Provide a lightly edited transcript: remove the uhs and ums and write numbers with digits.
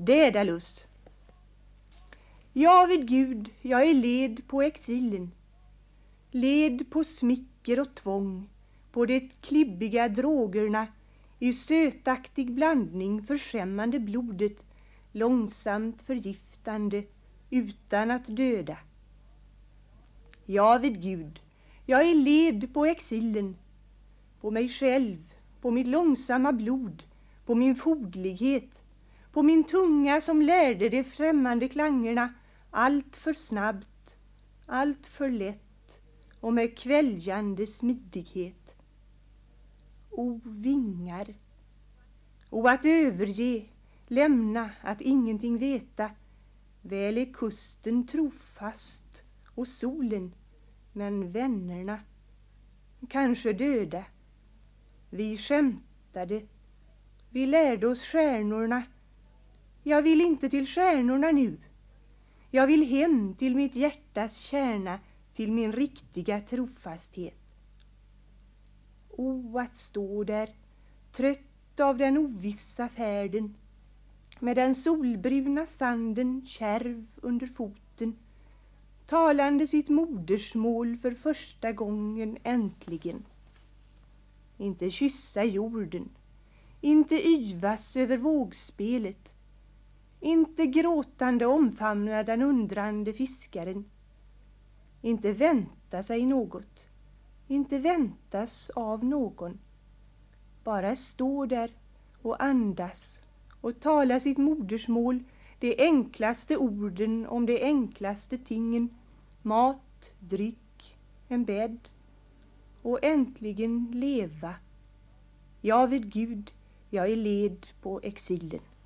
Daedalus. Ja, vid Gud, jag är led på exilen, led på smicker och tvång, på det klibbiga drogerna, i sötaktig blandning förskämmande blodet, långsamt förgiftande, utan att döda. Ja, vid Gud, jag är led på exilen, på mig själv, på mitt långsamma blod, på min foglighet, på min tunga som lärde de främmande klangerna allt för snabbt, allt för lätt och med kväljande smidighet. O vingar, o att överge, lämna, att ingenting veta, väl är kusten trofast och solen, men vännerna, kanske döda. Vi skämtade, vi lärde oss stjärnorna. Jag vill inte till stjärnorna nu. Jag vill hem till mitt hjärtas kärna, till min riktiga trofasthet. O, att stå där, trött av den ovissa färden, med den solbruna sanden kärv under foten, talande sitt modersmål för första gången äntligen. Inte kyssa jorden, inte yvas över vågspelet, inte gråtande omfamna den undrande fiskaren, inte vänta sig något, inte väntas av någon, bara stå där och andas och tala sitt modersmål, de enklaste orden om de enklaste tingen, mat, dryck, en bädd, och äntligen leva. Ja, vid Gud, jag är led på exilen.